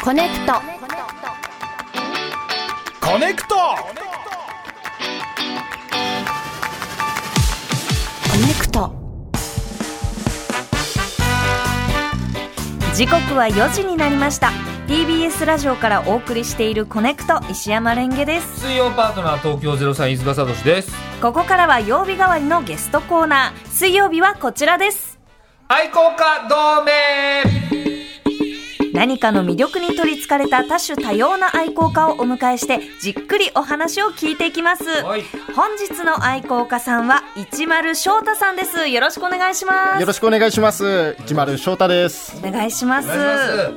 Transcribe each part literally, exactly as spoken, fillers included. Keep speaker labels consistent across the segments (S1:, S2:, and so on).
S1: コネクト
S2: コネクト
S1: コネクト
S3: 時刻はよじになりました。 ティービーエス ラジオからお送りしているコネクト、石山レンゲです。
S2: 水曜パートナー東京ゼロさん飯塚聡です。
S3: ここからは曜日代わりのゲストコーナー。水曜日はこちらです。
S2: 愛好家同盟。
S3: 何かの魅力に取りつかれた多種多様な愛好家をお迎えしてじっくりお話を聞いていきます。
S2: はい、
S3: 本日の愛好家さんは一丸翔太さんです。よろしくお願いします。
S4: よろしくお願いします。一丸翔太です。
S3: お願いします。
S2: お願いします。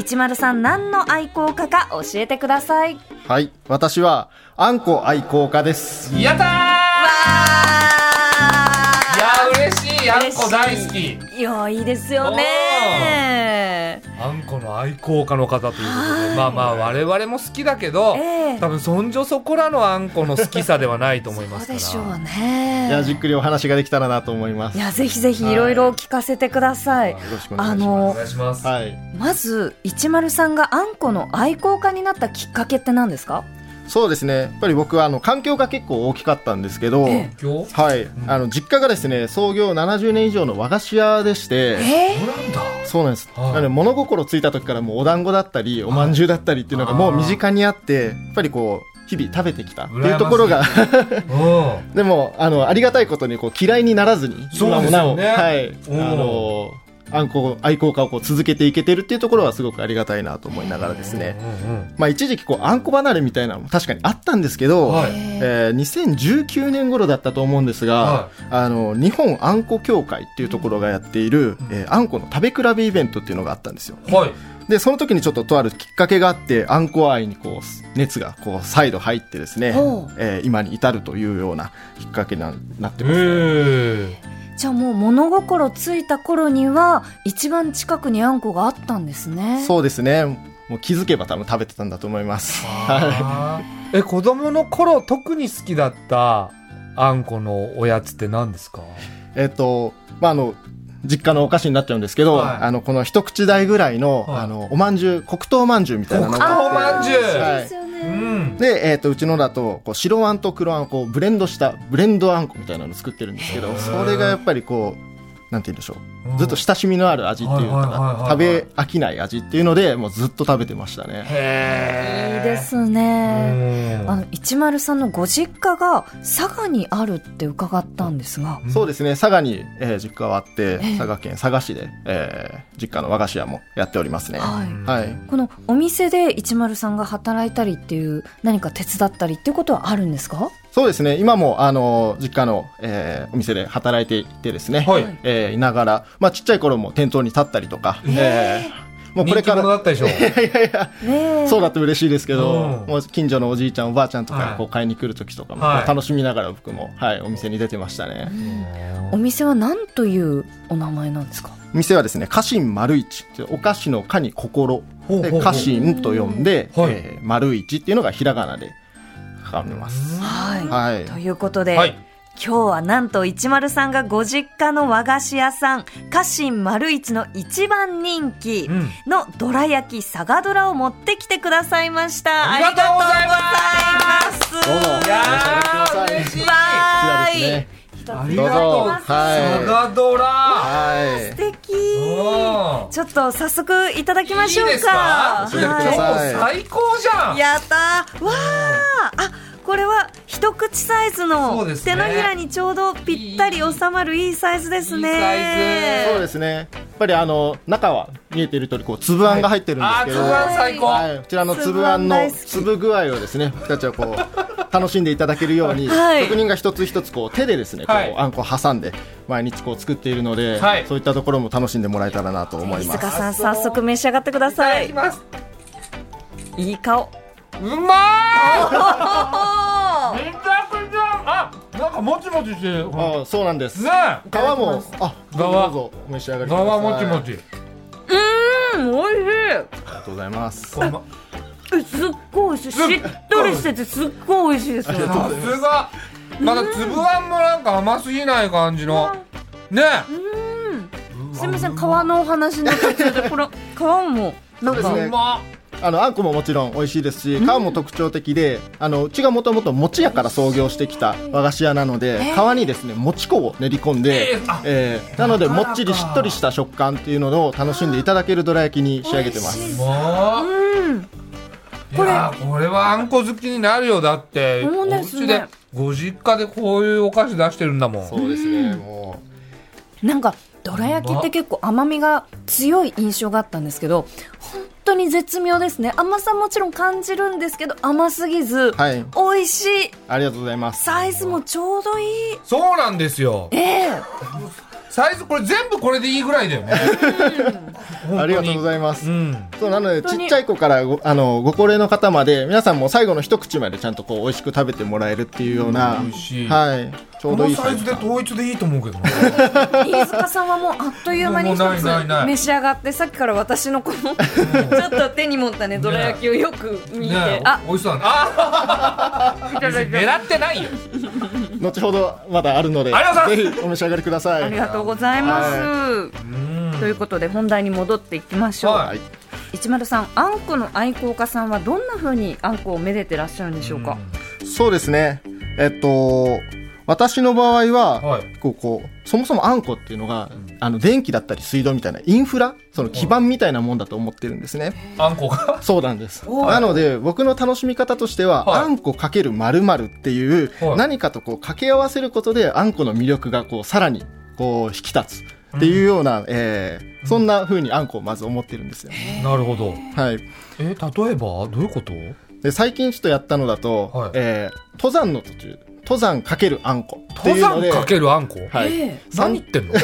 S3: 一丸さん、何の愛好家か教えてください。
S4: はい、私はあんこ愛好家です。
S2: やったー。
S3: わ
S2: ー、いや嬉しい。あんこ大好き。
S3: いや、いいですよね。
S2: あんこの愛好家の方ということで、まあまあ我々も好きだけど、えー、多分そんじょそこらのあんこの好きさではないと思いますから。
S3: そうでしょうね。
S4: いや、じっくりお話ができたらなと思います。
S3: いや、ぜひぜひいろいろ聞かせてください。
S4: よろしくお願いします。あの、お願いします。はい、
S3: まず一丸さんがあんこの愛好家になったきっかけって何ですか？
S4: そうですね、やっぱり僕はあの環境が結構大きかったんですけど、えーはい、うん、あの実家がですね創業ななじゅうねん以上の和菓子屋でして、
S3: え
S4: ー、そうなんです、はい、なので物心ついた時からもうお団子だったりおまんじゅうだったりっていうのがもう身近にあって、やっぱりこう日々食べてきたっていうところがでも あのありがたいことにこう嫌いにならずに今もなお、ね、はい、あのあんこ愛好家をこう続けていけてるっていうところはすごくありがたいなと思いながらですね、うんうん、まあ、一時期こうあんこ離れみたいなのも確かにあったんですけど、はい、えー、にせんじゅうきゅうねん頃だったと思うんですが、はい、あの日本あんこ協会っていうところがやっている、うん、えー、あんこの食べ比べイベントっていうのがあったんですよ。はい、でその時にちょっととあるきっかけがあってあんこ愛にこう熱がこう再度入ってですね、えー、今に至るというようなきっかけになってますね。
S3: じゃあもう物心ついた頃には一番近くにあんこがあったんですね。
S4: そうですね、もう気づけば多分食べてたんだと思います。
S2: え、子供の頃特に好きだったあんこのおやつって何ですか？
S4: えっと、まあ、あの実家のお菓子になっちゃうんですけど、はい、あのこの一口大ぐらいの、はい、あのおまんじゅう、黒糖まんじゅうみたいなのがあって、
S2: 黒糖まんじゅう、
S4: はい、うん、で、えー、とうちのだとこう白あんと黒あんをこうブレンドしたブレンドあんこみたいなのを作ってるんですけど、それがやっぱりこうなんて言うんでしょう、ずっと親しみのある味っていうか食べ飽きない味っていうのでもうずっと食べてましたね。
S3: へー、いいですね。あの一丸さんのご実家が佐賀にあるって伺ったんですが。
S4: そうですね、佐賀に、えー、実家はあって、佐賀県佐賀市で、えー、実家の和菓子屋もやっておりますね。はいはい、こ
S3: のお店で一丸さんが働いたりっていう何か手伝ったりっていうことはあるんですか？
S4: そうですね、今もあの実家の、えー、お店で働いていてですね、はい、えー、いながら、まあ、ちっちゃい頃も店頭に立ったりとか、えー、もうこれから
S2: 人気者だったでしょ。いやいやい
S4: や、ね、そうだと嬉しいですけど、うん、もう近所のおじいちゃんおばあちゃんとかこう買いに来る時とかも、はい、楽しみながら僕も、はい、お店に出てましたね。
S3: お店は何というお名前なんですか？
S4: お店はですね、家臣丸一、お菓子の家に心で家臣と呼んで、はい、えー、丸一っていうのがひらがなで書かれます。
S3: はい、
S4: はい、
S3: ということで、
S2: はい、
S3: 今日はなんと一丸さんがご実家の和菓子屋さん家臣丸一の一番人気のどら焼き佐賀どらを持ってきてくださいました。
S2: ありがとうございます。
S4: どうぞ、いやー
S2: 嬉しい。
S3: わーい、
S4: ね、
S3: あ
S4: りがとうございます。
S2: 佐賀どら、
S4: はい、
S3: 素敵。ちょっと早速いただきましょうか。
S2: いいですか？
S3: はい、
S2: 今日最高じゃん。
S3: やったー。わー、あ、これは一口サイズの手のひらにちょうどぴったり収まるいいサイズですね。
S2: いいサイ
S4: ズ。そうですね、やっぱりあの中は見えている通りこう粒あんが入ってるんですけど、
S2: はい、あ、粒あん最高、
S4: はい、こちらの粒あんの粒具合をですね、僕たちはこう楽しんでいただけるように、はい、職人が一つ一つこう手でですね、こう、はい、あんこを挟んで毎日こう作っているので、はい、そういったところも楽しんでもらえたらなと思います。
S3: 飯塚さん、早速召し上がってください。
S2: いただきます。
S3: いい顔。
S2: うまーい。めちゃくちゃ、あ、なんかもちもちしてる。
S4: あ、そうなんです、ね、皮も、あ、どうぞお召し上がりください。
S2: 皮もちもち、
S3: うーん、おいしい。
S4: ありがとうございます。
S3: え、すっごい美味しい。しっとりしててすっごい美味しいです。さ
S2: すが。まだ粒あんもなんか甘すぎない感じのね。
S3: うん、すみません、皮のお話の途中でこれ皮もなんか、
S4: ね、 あのあんこももちろん美味しいですし、皮も特徴的で、あのうちがもともと餅屋から創業してきた和菓子屋なので、皮にですね餅粉を練り込んで、えーえー、なのでもっちりしっとりした食感っていうのを楽しんでいただけるどら焼きに仕上げてます。
S2: うんこれこれはあんこ好きになるよ。だってお家でご実家でこういうお菓子出してるんだもん。
S4: そうですね。も
S3: うなんかどら焼きって結構甘みが強い印象があったんですけど、本当に絶妙ですね。甘さもちろん感じるんですけど甘すぎず、はい、美味しい。
S4: ありがとうございます。
S3: サイズもちょうどいい。
S2: そうなんですよ。
S3: ええー
S2: サイズこれ全部これでいいぐらいだよね。
S4: ありがとうございます、うん、そうなのでちっちゃい子からごあのご高齢の方まで皆さんも最後の一口までちゃんとこう美味しく食べてもらえるっていうような、
S2: うん、美味しい、
S4: はい、ちょうどいい
S2: サイズで統一でいいと思うけどね。
S3: 飯塚さんはもうあっという間に一つ召し上がって、さっきから私のこのちょっと手に持ったねどら焼きをよく見て、ね、あ
S2: 美味しそうだね。あ狙ってないよ。
S4: 後ほどまだあるのでぜひお召し上がりください。
S3: ありがとうございます、はい、ということで本題に戻っていきましょう、はい、一丸さん、あんこの愛好家さんはどんな風にあんこをめでてらっしゃるんでしょうか。
S4: うそうですね、えっと私の場合は、はい、こうこうそもそもあんこっていうのが、うん、あの電気だったり水道みたいなインフラ、その基盤みたいなもんだと思ってるんですね。
S2: あんこが
S4: そうなんです。なので僕の楽しみ方としては、はい、あんこかける〇〇っていう、はい、何かとこう掛け合わせることであんこの魅力がこうさらにこう引き立つっていうような、うんえー、そんな風にあんこをまず思ってるんですよ。
S2: なるほど。
S4: はい。
S2: えー、例えばどういうこと？
S4: で最近ちょっとやったのだと、はいえー、登山の途中登山かけるあんこっていうので、
S2: 登山かけるあんこ、
S4: はい
S2: えー、何言ってんの？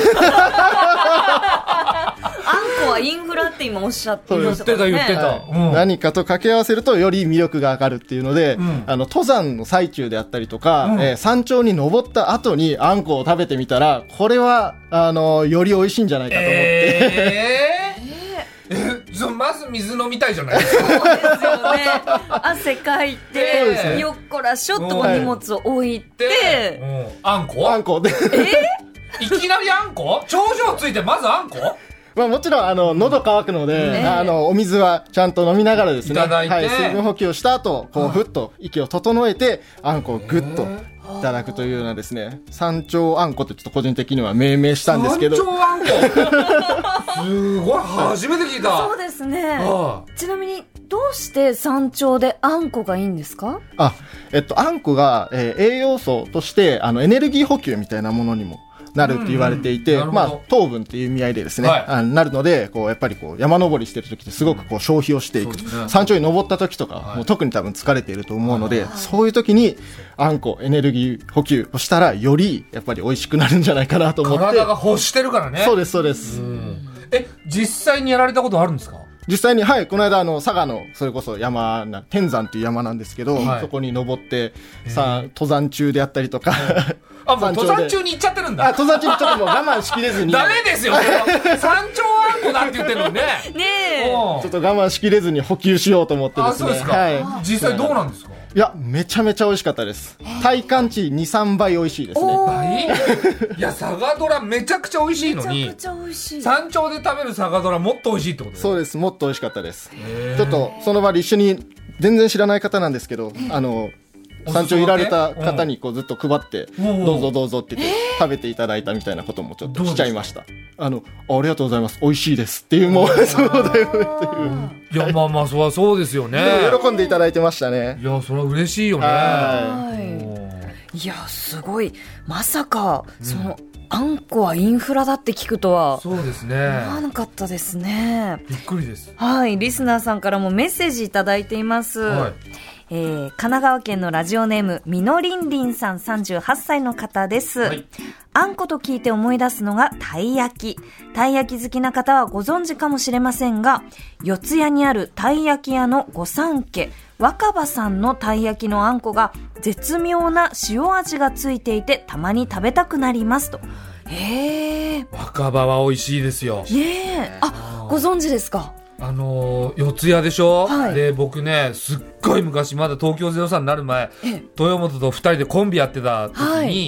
S3: あんこはインフラって今おっしゃってましたからね。
S2: 言ってた言ってた、
S4: はいうん、何かと掛け合わせるとより魅力が上がるっていうので、うん、あの登山の最中であったりとか、うんえー、山頂に登った後にあんこを食べてみたらこれはあのより美味しいんじゃないかと思って、
S2: えーえまず水飲みたいじゃないですか。
S3: そうですよね。汗かいて、ね、よっこらしょっと荷物を置いて、
S2: うん、あんこ
S4: あんこで
S2: えいきなりあんこ頂上ついてまずあんこ
S4: まあ、もちろんあの喉乾くので、ね、あのお水はちゃんと飲みながらですね
S2: いただいて、
S4: はい、水分補給をした後こうふっと息を整えてあんこをぐっといただくというようなですね山頂あんことちょっと個人的には命名したんですけど
S2: 山頂あんこすごい初めて聞いた。
S3: そうですね、はあ、ちなみにどうして山頂であんこがいいんですか？
S4: あ、えっと、あんこが、えー、栄養素としてあのエネルギー補給みたいなものにもなるって言われていて、うんうんまあ、糖分っていう意味合いでですね、はい、あなるのでこうやっぱりこう山登りしてる時ってすごくこう消費をしていく、うんね、山頂に登った時とか、はい、もう特に多分疲れていると思うので、はい、そういう時にあんこエネルギー補給をしたらよりやっぱり美味しくなるんじゃないかなと思って。
S2: 体が欲してるからね。
S4: そうですそうです。
S2: うんえ実際にやられたことあるんですか？
S4: 実際にはいこの間あの佐賀のそれこそ山な天山っていう山なんですけど、はい、そこに登ってさ登山中であったりとか、
S2: あもう登山中に行っちゃってるんだ。
S4: あ登山中にちょっともう我慢しきれずに
S2: ダメですよ山頂あんこだって言ってるのにね
S3: ねえ
S4: ちょっと我慢しきれずに補給しようと思ってですね。
S2: あそうですか、はい、実際どうなんですか？
S4: いやめちゃめちゃ美味しかったです。体感値 に,さん 倍美味しいですね。
S2: 倍いや佐賀ドラめちゃくちゃ美味しいのに
S3: めちゃくちゃ美味しい。
S2: 山頂で食べる佐賀ドラもっと美味しいってこと？
S4: そうですもっと美味しかったです。ちょっとその場で一緒に全然知らない方なんですけどあの山頂いられた方にこうずっと配ってどうぞどうぞって言って食べていただいたみたいなこともちょっとしちゃいました。あのありがとうございます美味しいですっていうもうそうだよっていう
S2: いやまあまあそりゃそうですよね。
S4: 喜んでいただいてましたね。
S2: いやそれは嬉しいよね。
S3: はいいやすごいまさかその、うんあんこはインフラだって聞くとは
S2: そうですね
S3: 思わなかったですね。
S2: びっくりです。
S3: はいリスナーさんからもメッセージいただいています、はいえー、神奈川県のラジオネームみのりんりんさんさんじゅうはっさいの方です、はい、あんこと聞いて思い出すのがたい焼き。たい焼き好きな方はご存知かもしれませんが四谷にあるたい焼き屋の御三家若葉さんのたい焼きのあんこが絶妙な塩味がついていてたまに食べたくなりますと。へー
S2: 若葉は美味しいですよ。
S3: ねえあご存知ですか？
S2: あのー、四谷でしょ、
S3: はい、
S2: で僕ねすっごい昔まだ東京ゼロさんになる前豊本と二人でコンビやってた時に、はい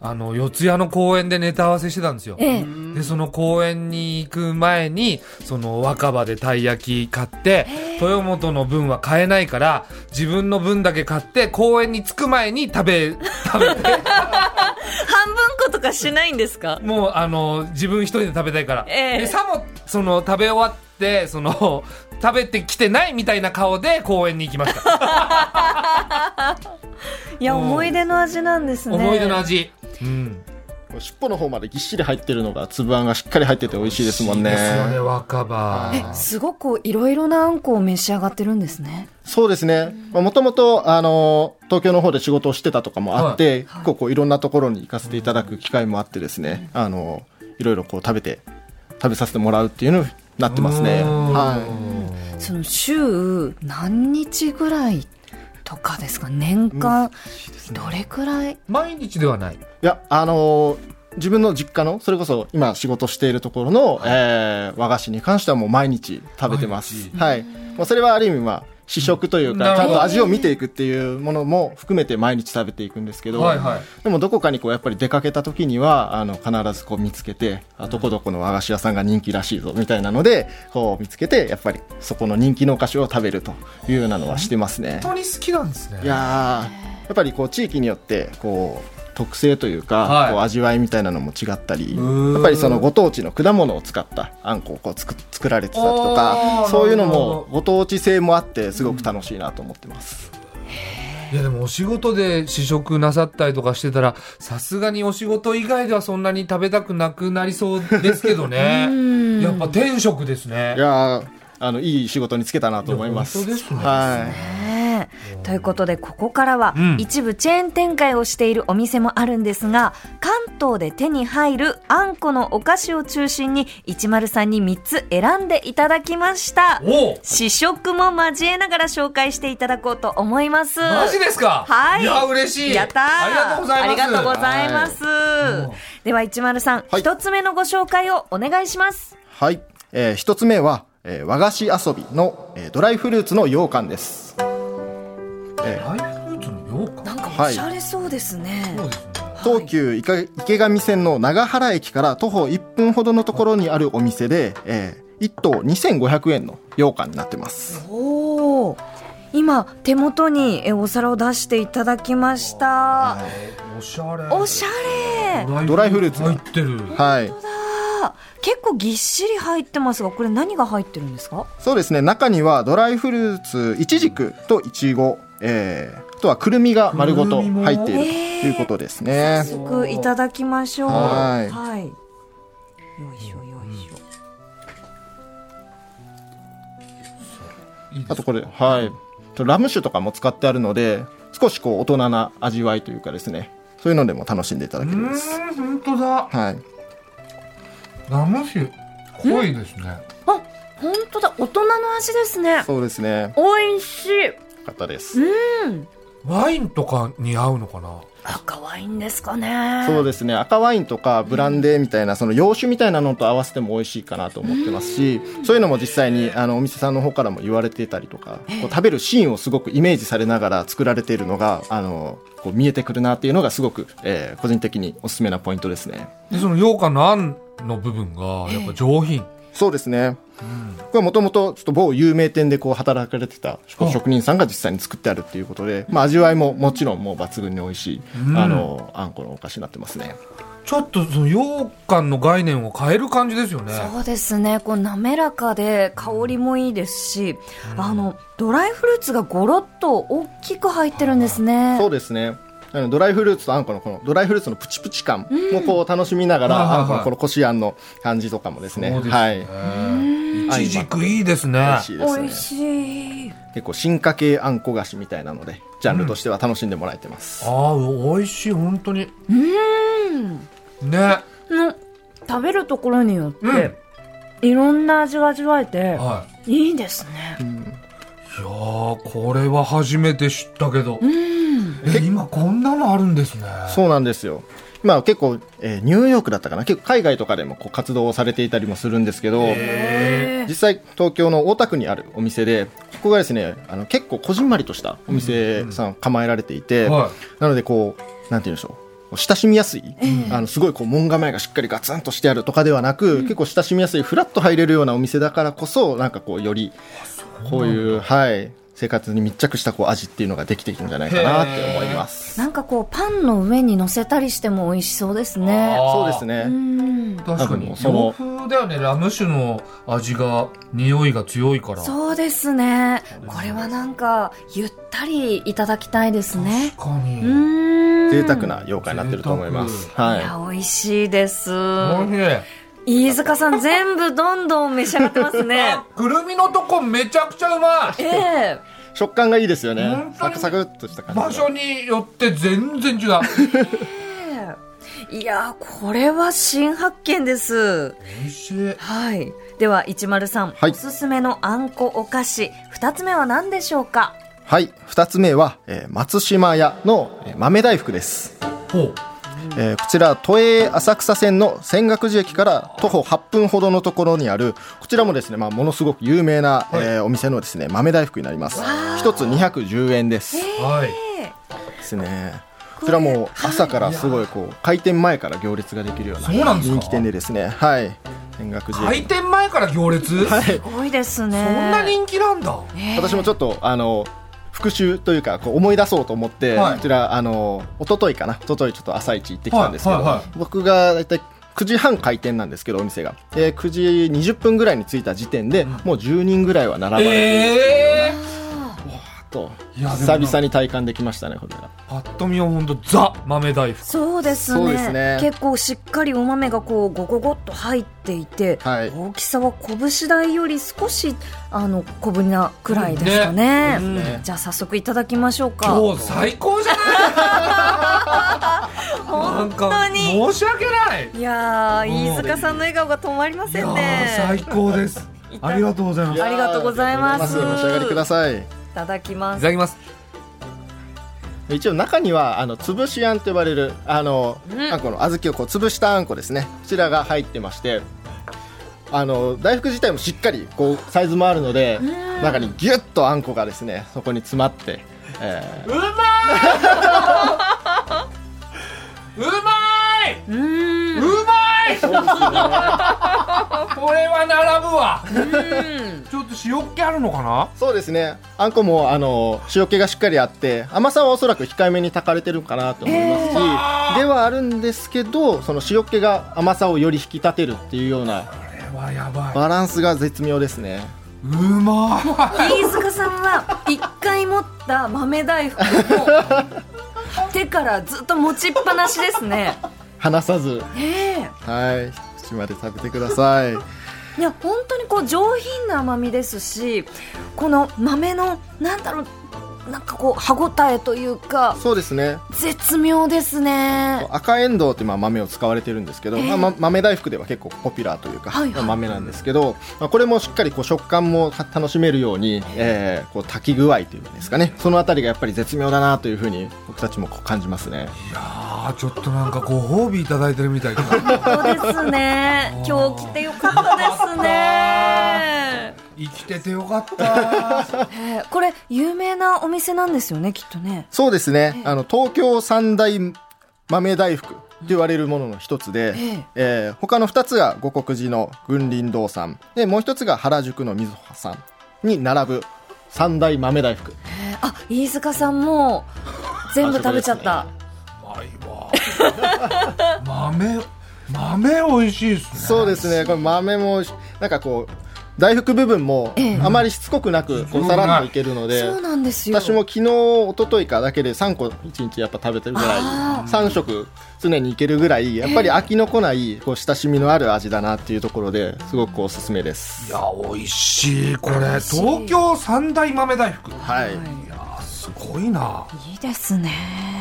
S2: あの四谷の公園でネタ合わせしてたんですよ、
S3: ええ、
S2: でその公園に行く前にその若葉でたい焼き買って豊本の分は買えないから自分の分だけ買って公園に着く前に食べ食べて半分
S3: ことかしないんですか？
S2: もうあの自分一人で食べたいから、
S3: ええ、
S2: でさもその食べ終わってその食べてきてないみたいな顔で公園に行きました
S3: いや思い出の味なんですね。
S2: 思い出の味、うん、
S4: 尻尾の方までぎっしり入ってるのが粒あんがしっかり入ってて美味しいですもんね。
S2: 美味しいですよね、若葉。
S3: えすごくいろいろなあんこを召し上がってるんですね。
S4: そうですね、もともと東京の方で仕事をしてたとかもあって、はい、結構こういろんなところに行かせていただく機会もあってですね、あのいろいろこう食べて食べさせてもらうっていうのになってますね。はい、
S3: その週何日ぐらいとかですか？年間どれくらい？
S2: 毎日ではない。い
S4: や、あのー、自分の実家のそれこそ今仕事しているところの、はい、えー、和菓子に関してはもう毎日食べてます。はい、まあ、それはある意味まあ試食というかちゃんと味を見ていくっていうものも含めて毎日食べていくんですけど、はいはい、でもどこかにこうやっぱり出かけた時にはあの必ずこう見つけて、あどこどこの和菓子屋さんが人気らしいぞみたいなのでこう見つけてやっぱりそこの人気のお菓子を食べるというようなのはしてますね。
S2: 本当に好きなんですね。
S4: いややっぱりこう地域によってこう特性というか、はい、こう味わいみたいなのも違ったり、やっぱりそのご当地の果物を使ったあんこをこう 作, 作られてたりとか、そういうのもご当地性もあってすごく楽しいなと思ってます。
S2: いやでもお仕事で試食なさったりとかしてたらさすがにお仕事以外ではそんなに食べたくなくなりそうですけどねやっぱ天職ですね。
S4: いやあのいい仕事に就けたなと思います。
S2: 本当ですね。
S4: はい、
S3: ということでここからは、うん、一部チェーン展開をしているお店もあるんですが、関東で手に入るあんこのお菓子を中心に一丸さんにみっつ選んでいただきました。試食も交えながら紹介していただこうと思います。
S2: マジですか？
S3: はい、
S2: いや嬉しい。
S3: やったー、
S2: ありがとうございます。
S3: ありがとうございます、はい、では一丸さん、はい、一つ目のご紹介をお願いします。
S4: はい、えー、一つ目はえー、和菓子遊びの、えー、ドライフルーツの羊羹です。
S2: ドライフルーツの羊羹、
S3: なんかおしゃれそうですね。
S2: そうですね。
S4: 東急池上線の長原駅から徒歩いっぷんほどのところにあるお店で、えー、いっとうにせんごひゃくえんの羊羹になってます。
S3: おー、今手元にお皿を出していただきました。
S2: おしゃれ。
S3: おしゃれ。
S4: ドライフルーツ
S2: 入ってる。
S4: はい。
S3: 本当だ。結構ぎっしり入ってますが、これ何が入ってるんですか？
S4: そうですね、中にはドライフルーツいちじくといちご、えー、あとはくるみが丸ごと入っているということですね。
S3: 早速いただきましょう。
S4: はい、
S3: はい、よいしょよいし
S4: ょ。あとこれ、はい、ラム酒とかも使ってあるので少しこう大人な味わいというかですね、そういうのでも楽しんでいただけるんです。
S2: うーん、本当だ。
S4: はい、
S2: ラム酒濃いですね。
S3: あ、本当だ、大人の味ですね。
S4: そうですね、
S3: 美味しい
S4: かったです。
S3: うん、
S2: ワインとかに合うのかな？
S3: 赤ワインですかね。
S4: そうですね、赤ワインとかブランデーみたいなその洋酒みたいなのと合わせても美味しいかなと思ってますし、そういうのも実際にあのお店さんの方からも言われていたりとか、こう食べるシーンをすごくイメージされながら作られているのがあのこう見えてくるなっていうのがすごく、えー、個人的におすすめなポイントですね。
S2: でその羊羹のあんの部分がやっぱ上品。
S4: そうですね、うん、これはもともと某有名店でこう働かれてた職人さんが実際に作ってあるっていうことで、まあ、味わいももちろんもう抜群に美味しい、うん、あのあんこのお菓子になってますね。
S2: ちょっとその羊羹の概念を変える感じですよね。
S3: そうですね、こう滑らかで香りもいいですし、うん、あのドライフルーツがゴロッと大きく入ってるんですね。
S4: そうですね、ドライフルーツとあんこのこのドライフルーツのプチプチ感もこう楽しみながら、うん、あんこのこのこしあんの感じとかもですね。
S2: そうですね、はい、いちじくいいですね。
S4: 美味しいですね。
S3: 美味しい。
S4: 結構進化系あんこ菓子みたいなのでジャンルとしては楽しんでもらえてます。
S2: うん、ああ美味しい本当に。
S3: うん
S2: ね、
S3: の食べるところによって、うん、いろんな味が味わえて、はい、いいですね。うん、い
S2: やーこれは初めて知ったけど、うん、え今こんなのあるんですね。
S4: そうなんですよ。今結構、えー、ニューヨークだったかな、結構海外とかでもこう活動をされていたりもするんですけど、実際東京の大田区にあるお店で、ここがですねあの結構こじんまりとしたお店さん構えられていて、うんはい、なのでこうなんて言うんでしょう、 親しみやすい、えー、あのすごいこう門構えがしっかりガツンとしてあるとかではなく、うん、結構親しみやすいフラッと入れるようなお店だからこそなんかこうよりこういう、はい、生活に密着したこう味っていうのができているんじゃないかなって思います。
S3: なんかこうパンの上に乗せたりしても美味しそうですね。
S4: そうですね。
S2: うん確かに洋風だよね。ラム酒の味が匂いが強いから。
S3: そうですね。これはなんかゆったりいただきたいですね。
S2: 確かに。
S3: うん
S4: 贅沢な羊羹になってると思います。はい。
S3: いや美味しいです。
S2: おいしい。
S3: 飯塚さん全部どんどん召し上がってますね。
S2: くるみのとこめちゃくちゃうまい。
S3: ええー、
S4: 食感がいいですよね。サクサクっとした感じ。
S2: 場所によって全然違う。
S3: えー、いやこれは新発見です。
S2: 美味しい。
S3: はい。ではいちまるさん、はい、おすすめのあんこお菓子ふたつめは何でしょうか。
S4: はい、ふたつめは、えー、松島屋の、えー、豆大福です。
S2: ほう。
S4: えー、こちら都営浅草線の泉岳寺駅から徒歩はっぷんほどのところにあるこちらもですね、まあ、ものすごく有名な、はい、えー、お店のですね豆大福になります。一つにひゃくじゅうえんです。
S2: はい
S4: ですね。こちらも朝からすごいこう開店前から行列ができるような人気店でですね、はい、泉岳寺
S2: 開店前から行列、
S4: はい、
S3: すごいですね。
S2: そんな人気なんだ。
S4: 私もちょっとあの復習というかこう思い出そうと思って、はい、こちらあの一昨日かな一昨日ちょっと朝一行ってきたんですけど、はいはいはい、僕がだいたいくじはん開店なんですけどお店が、えー、くじにじゅっぷんぐらいに着いた時点で、うん、もうじゅうにんぐらいは並ばれて、えーと久々に体感できましたね。これが
S2: パッと見は本当ザ豆大福。
S3: そうですね。
S4: そうですね。
S3: 結構しっかりお豆がこうゴゴゴっと入っていて、はい、大きさは拳大より少しあの小ぶりなくらいですかね。うんね、じゃあ早速いただきましょうか。
S2: 今日最高じゃない
S3: 本当に
S2: 申し訳ない。
S3: いやー飯塚さんの笑顔が止まりませんね。
S2: 最高です。ありがとうございます。
S3: ありがとうございます。
S4: お召し上がりください。
S3: いただきます。
S2: いただきます。
S4: 一応中にはあの潰しあんと呼ばれるあの、うん、あんこの小豆をこう潰したあんこですね。こちらが入ってまして、あの大福自体もしっかりこうサイズもあるので、中にギュッとあんこがですねそこに詰まって、えー、
S2: うまいうまいうんうまいそうですねこれは並ぶわ。うんちょっと塩っ気あるのかな。
S4: そうですね。あんこもあの塩気がしっかりあって甘さはおそらく控えめに炊かれてるかなと思いますし、えー、ではあるんですけどその塩気が甘さをより引き立てるっていうような
S2: これはやばい
S4: バランスが絶妙ですね。
S2: うまい。
S3: 飯塚さんは一回持った豆大福を手からずっと持ちっぱなしですね。
S4: 離さず、
S3: え
S4: ー、はい口まで食べてください。
S3: いや本当にこう上品な甘みですし、この豆のなんだろうなんかこう歯ごたえというか。
S4: そうですね。
S3: 絶妙ですね。
S4: 赤えんどうってまあ豆を使われてるんですけど、えーまあ、豆大福では結構ポピュラーというか、はいはい、豆なんですけど、まあ、これもしっかりこう食感も楽しめるように、えー、こう炊き具合というんですかね、そのあたりがやっぱり絶妙だなというふうに僕たちもこう感じますね。
S2: いやーちょっとなんかご褒美いただいてるみたいな。
S3: 本当ですね。今日来てよかったですね。
S2: 生きててよかった。
S3: えー、これ有名なお店なんですよねきっとね。
S4: そうですね。あの東京三大豆大福と言われるものの一つで、えーえー、他の二つが五国寺の群林堂さんで、もう一つが原宿のみずほさんに並ぶ三大豆大福。
S3: えー、あ飯塚さんも全部食べちゃった。
S2: うまいわ。豆豆美味しいですね。
S4: そうですね。これ豆もなんかこう大福部分もあまりしつこくなくこうさらっといけるので、
S3: そうなんですよ。
S4: 私も昨日一昨日かだけでさんこいちにちやっぱ食べてるぐらい、さん食常にいけるぐらいやっぱり飽きのこないこう親しみのある味だなっていうところですごくおすすめです。
S2: いや美味しい。これ東京三大豆大福、
S4: はい、い
S2: やすごいな。
S3: いいですね。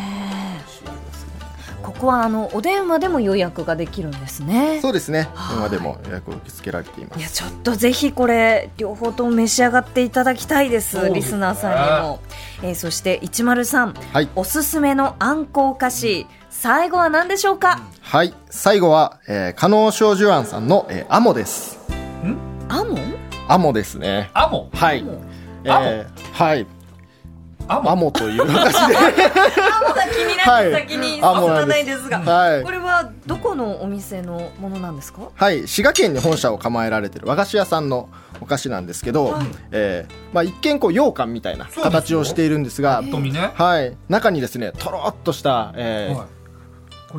S3: ここはあのお電話でも予約ができるんですね。
S4: そうですね。電話でも予約を受け付けられています。
S3: いやちょっとぜひこれ両方とも召し上がっていただきたいです。リスナーさんにも。えー、そしていちまるさん、はい、おすすめのあんこお菓子最後は何でしょうか。
S4: はい、最後は、えー、加納正寿庵さんの、えー、アモです。
S3: んアモ
S4: アモですね。
S2: アモ
S4: はい、えー、はいアモというお菓子で
S3: アモが気になって先に進まないですが、
S4: はい、
S3: これはどこのお店のものなんですか？
S4: はい、滋賀県に本社を構えられている和菓子屋さんのお菓子なんですけど、はい、えーまあ、一見こう羊羹みたいな形をしているんですが、
S2: ですね、
S4: はい、中にですねとろっとした、えーはい、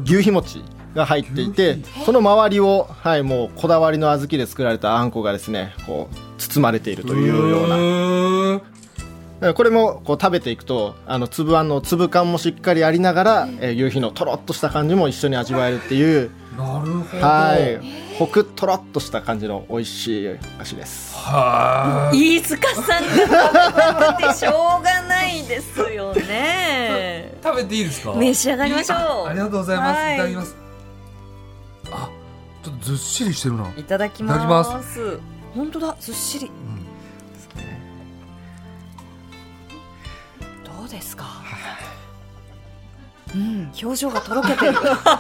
S4: 牛ひもちが入っていて、その周りを、はい、もうこだわりの小豆で作られたあんこがですねこう包まれているというような、これもこう食べていくとあの粒あんの粒感もしっかりありながら、えー、牛皮のとろっとした感じも一緒に味わえるっていう、
S2: なるほど、
S4: はい、ほくとろっとした感じの美味しいお菓子です。
S3: は飯塚さんが食べたくてしょうがないですよね。
S2: 食べていいですか？
S3: 召し上がりましょう。
S2: あ, ありがとうございます、はい、いただきます。あ、ちょっとずっしりしてるな。
S3: いただきます。いただきます。本当だ、ずっしり、うん、どうですか？うん、表情がとろけてる。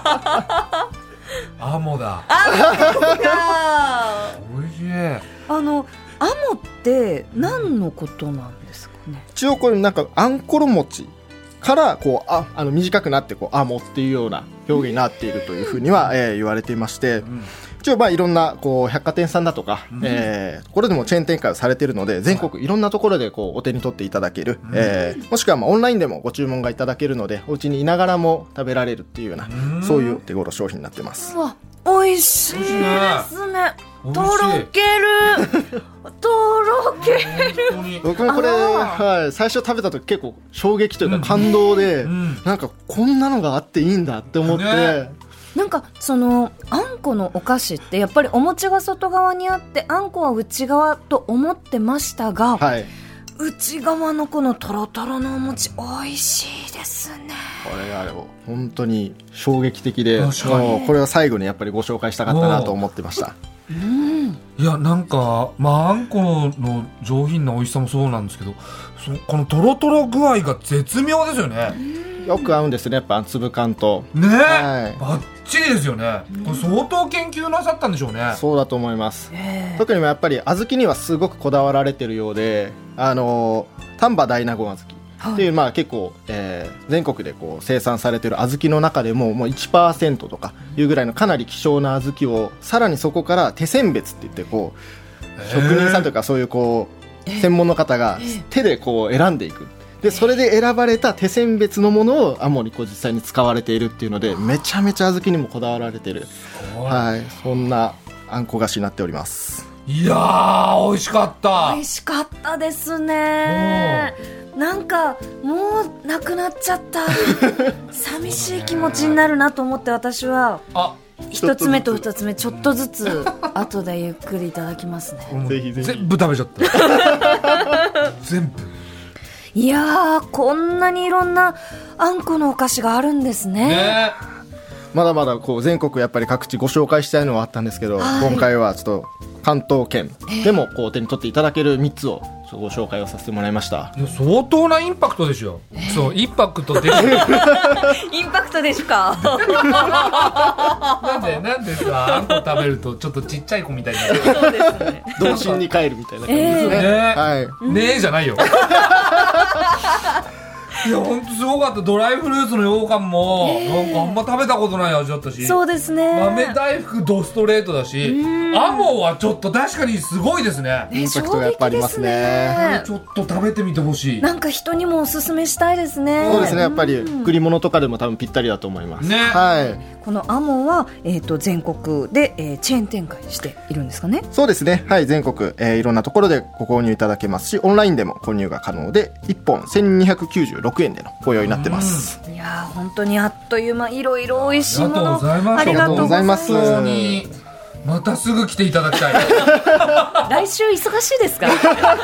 S2: アモだ。
S3: アモですか。
S2: おいしい。
S3: あのアモって何のことなんですかね？
S4: 一応これなんかあんころ餅からこう あ, あの短くなってこうアモっていうような表現になっているというふうには、えー、言われていまして、うん、一応まあいろんなこう百貨店さんだとか、うん、えー、ところでもチェーン展開をされているので全国いろんなところでこうお手に取っていただける、うん、えー、もしくはまあオンラインでもご注文がいただけるのでお家にいながらも食べられるっていうような、うん、そういう手頃商品になってます。
S3: うわ、美味しいですね。とろけるとろける。
S4: 僕もこれ、はい、最初食べた時結構衝撃というか感動で、うん、なんかこんなのがあっていいんだって思って、ね、
S3: なんかそのあんこのお菓子ってやっぱりお餅が外側にあってあんこは内側と思ってましたが、はい、内側のこのとろとろのお餅美味しいですね。
S4: これが本当に衝撃的で、これは最後にやっぱりご紹介したかったなと思ってました。
S3: うん、
S2: いやなんか、まあ、あんこの上品な美味しさもそうなんですけど、そこのとろとろ具合が絶妙ですよね。
S4: よく合うんですね、やっぱ粒感と
S2: ね、はい、バッチリですよね。これ相当研究なさったんでしょうね。
S4: そうだと思います。特にやっぱり小豆にはすごくこだわられてるようで、あの丹波大納言小豆っていう、まあ結構、えー、全国でこう生産されている小豆の中でももう いちパーセント とかいうぐらいのかなり希少な小豆をさらにそこから手選別って言ってこう職人さんというかそういうこう専門の方が手でこう選んでいく。でそれで選ばれた手選別のものをアモにこう実際に使われているっていうのでめちゃめちゃ小豆にもこだわられている、はい、そんなあんこ菓子になっております。
S2: いやー美味しかった。
S3: 美味しかったですね。なんかもうなくなっちゃった寂しい気持ちになるなと思って私は一つ目と二つ目ちょっとずつ後でゆっくりいただきますね。
S4: ぜひぜひ。
S2: 全部食べちゃった全部。
S3: いやーこんなにいろんなあんこのお菓子があるんですね。ね、
S4: まだまだこう全国やっぱり各地ご紹介したいのはあったんですけど、はい、今回はちょっと関東圏でもこう手に取っていただけるみっつをご紹介をさせてもらいました。
S2: いや相当なインパクトですよ、えー、そうインパクトで
S3: インパクトですか
S2: なんでなんでさあんこ食べるとちょっとちっちゃい子みたいになる。
S3: そうですね
S4: 童心に帰るみたいな感じですね、
S2: えー、
S4: はい、
S2: ねえじゃないよいや本当すごかった。ドライフルーツの羊羹も、えー、なんかあんま食べたことない味だったし、
S3: そうですね、
S2: 豆大福ドストレートだし、アモはちょっと確かにすごいですね。
S4: インパクトがやっぱありますね。
S2: ちょっと食べてみてほしい。
S3: なんか人にもおすすめしたいですね。
S4: そうですね、やっぱり贈り物とかでも多分ぴったりだと思います、
S2: ね、
S4: はい、
S3: このアモは、えー、と全国で、えー、チェーン展開しているんですかね。
S4: そうですね、はい、全国、えー、いろんなところでご購入いただけますしオンラインでも購入が可能でいっぽんせんにひゃくきゅうじゅうろくえんでのご用意になってます。
S3: いや本当にあっという間いろいろ美味しいもの
S2: ありがとうございます。
S3: ありがとうございます。
S2: またすぐ来ていただきたい
S3: 来週忙しいですか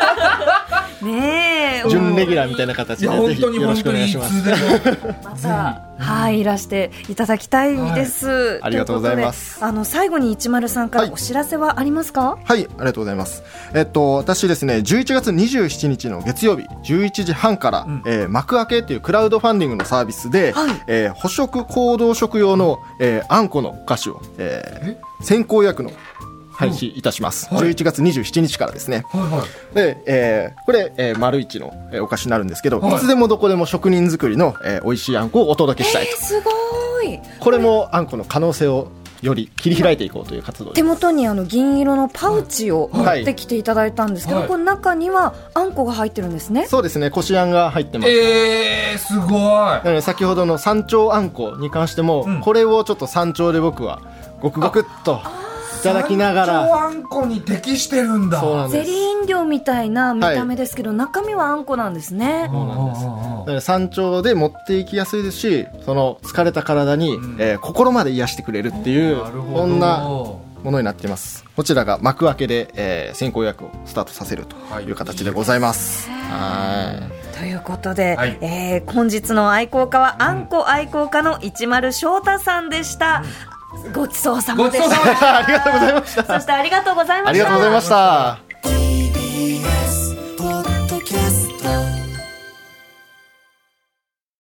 S3: ねえ
S4: 準レギュラーみたいな形でぜひよろしくお願いします。
S3: またはいいらしていただきたいです、はい、
S4: ありがとうございます。
S3: あの最後にいちまるさんからお知らせはありますか。
S4: はい、はい、ありがとうございます。えっと私ですねじゅういちがつにじゅうしちにちの月曜日じゅういちじはんから、うんえー、幕開けというクラウドファンディングのサービスで、はいえー、捕食行動食用の、えー、あんこのお菓子を、えー、先行予約の廃止いたします、はい、じゅういちがつにじゅうしちにちからですね、はいはい、で、えー、これ、えー、丸一の、えー、お菓子になるんですけど、はい、いつでもどこでも職人作りの、えー、美味しいあんこをお届けしたいと、
S3: えー、すごい。
S4: これもあんこの可能性をより切り開いていこうという活動です。
S3: 手元にあの銀色のパウチを持ってきていただいたんですけど、はい、この中にはあんこが入ってるんですね。
S4: そうですね、こしあんが入ってます。
S2: えー、すごい。な
S4: ので先ほどの山頂あんこに関しても、うん、これをちょっと山頂で僕はごくごくっといただきながら。
S2: 山頂あんこに適してるんだ。
S4: そうなんです。
S3: ゼリー飲料みたいな見た目ですけど、はい、中身はあんこなんですね。
S4: そうなんです。だから山頂で持っていきやすいですし、その疲れた体に、うん、えー、心まで癒してくれるっていう、こんなものになっています。こちらが幕開けで、えー、先行予約をスタートさせるという形でございます。はい。はい
S3: ということで、はい、えー、本日の愛好家は、うん、あんこ愛好家の一丸翔太さんでした。うん、ごちそうさまでした。
S4: ありがとうございました。
S3: そしてありがとうございました。
S4: ありがとうございました。